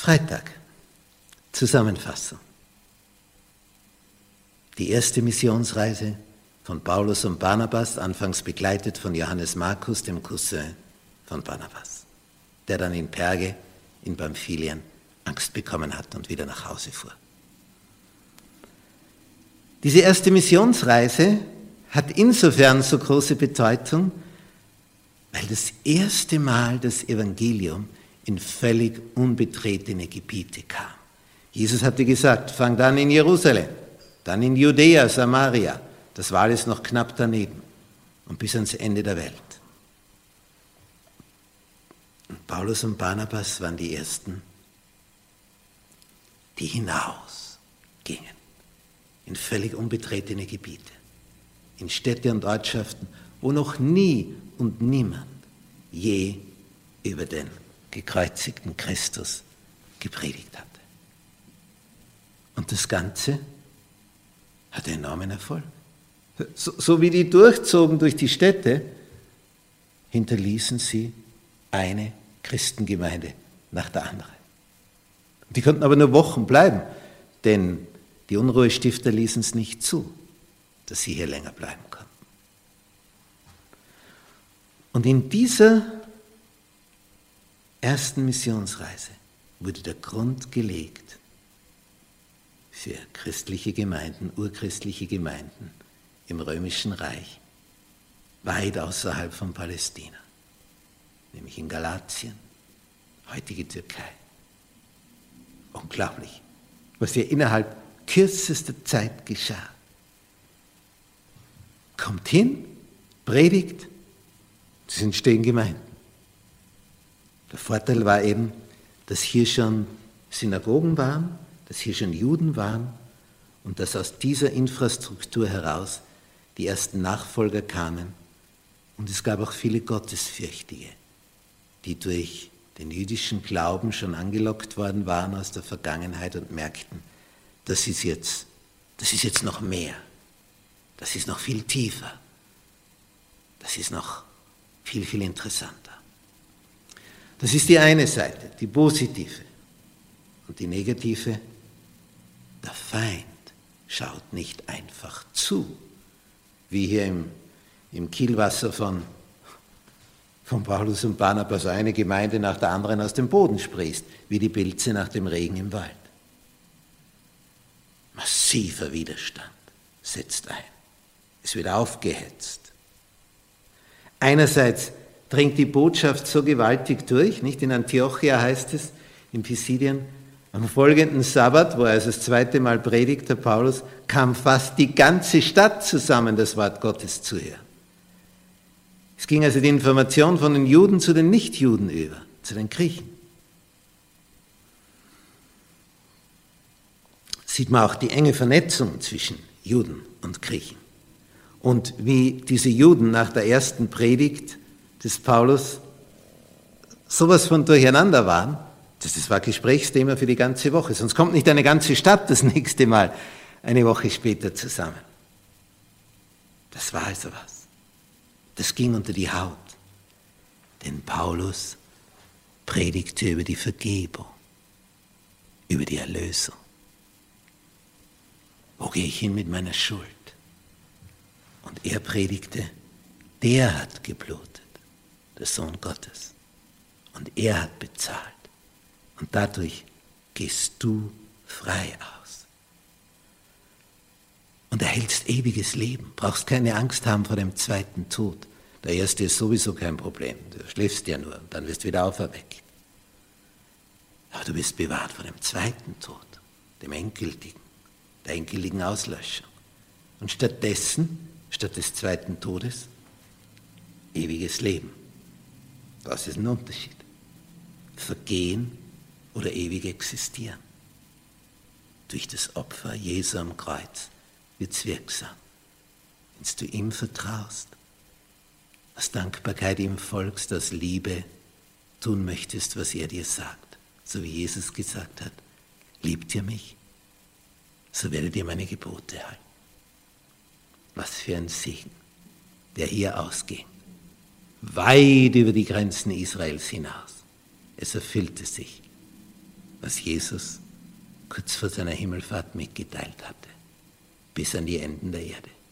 Freitag, Zusammenfassung. Die erste Missionsreise von Paulus und Barnabas, anfangs begleitet von Johannes Markus, dem Cousin von Barnabas, der dann in Perge in Pamphylien Angst bekommen hat und wieder nach Hause fuhr. Diese erste Missionsreise hat insofern so große Bedeutung, weil das erste Mal das Evangelium in völlig unbetretene Gebiete kam. Jesus hatte gesagt, fang dann in Jerusalem, dann in Judäa, Samaria, das war alles noch knapp daneben und bis ans Ende der Welt. Und Paulus und Barnabas waren die Ersten, die hinausgingen in völlig unbetretene Gebiete, in Städte und Ortschaften, wo noch nie und niemand je über den gekreuzigten Christus gepredigt hatte. Und das Ganze hatte enormen Erfolg. So wie die durchzogen durch die Städte, hinterließen sie eine Christengemeinde nach der anderen. Die konnten aber nur Wochen bleiben, denn die Unruhestifter ließen es nicht zu, dass sie hier länger bleiben konnten. Und in dieser ersten Missionsreise wurde der Grund gelegt für christliche Gemeinden, urchristliche Gemeinden im Römischen Reich, weit außerhalb von Palästina, nämlich in Galatien, heutige Türkei. Unglaublich, was hier innerhalb kürzester Zeit geschah. Kommt hin, predigt, es entstehen Gemeinden. Der Vorteil war eben, dass hier schon Synagogen waren, dass hier schon Juden waren und dass aus dieser Infrastruktur heraus die ersten Nachfolger kamen. Und es gab auch viele Gottesfürchtige, die durch den jüdischen Glauben schon angelockt worden waren aus der Vergangenheit und merkten, das ist jetzt noch mehr, das ist noch viel tiefer, das ist noch viel, viel interessanter. Das ist die eine Seite, die positive. Und die negative, der Feind schaut nicht einfach zu, wie hier im Kielwasser von Paulus und Barnabas eine Gemeinde nach der anderen aus dem Boden sprießt, wie die Pilze nach dem Regen im Wald. Massiver Widerstand setzt ein. Es wird aufgehetzt. Einerseits dringt die Botschaft so gewaltig durch, nicht? In Antiochia heißt es, in Pisidien, am folgenden Sabbat, wo er also das zweite Mal predigt, der Paulus, kam fast die ganze Stadt zusammen, das Wort Gottes zu hören. Es ging also die Information von den Juden zu den Nichtjuden über, zu den Griechen. Sieht man auch die enge Vernetzung zwischen Juden und Griechen. Und wie diese Juden nach der ersten Predigt des Paulus sowas von durcheinander waren, das war Gesprächsthema für die ganze Woche. Sonst kommt nicht eine ganze Stadt das nächste Mal eine Woche später zusammen. Das war also was. Das ging unter die Haut. Denn Paulus predigte über die Vergebung, über die Erlösung. Wo gehe ich hin mit meiner Schuld? Und er predigte, der hat geblutet, der Sohn Gottes. Und er hat bezahlt. Und dadurch gehst du frei aus. Und erhältst ewiges Leben. Brauchst keine Angst haben vor dem zweiten Tod. Der erste ist sowieso kein Problem. Du schläfst ja nur und dann wirst du wieder auferweckt. Aber du bist bewahrt vor dem zweiten Tod, dem endgültigen, der endgültigen Auslöschung. Und stattdessen, statt des zweiten Todes, ewiges Leben. Das ist ein Unterschied. Vergehen oder ewig existieren. Durch das Opfer Jesu am Kreuz wird es wirksam. Wenn du ihm vertraust, aus Dankbarkeit ihm folgst, aus Liebe tun möchtest, was er dir sagt. So wie Jesus gesagt hat, liebt ihr mich, so werdet ihr meine Gebote halten. Was für ein Segen, der hier ausging. Weit über die Grenzen Israels hinaus. Es erfüllte sich, was Jesus kurz vor seiner Himmelfahrt mitgeteilt hatte, bis an die Enden der Erde.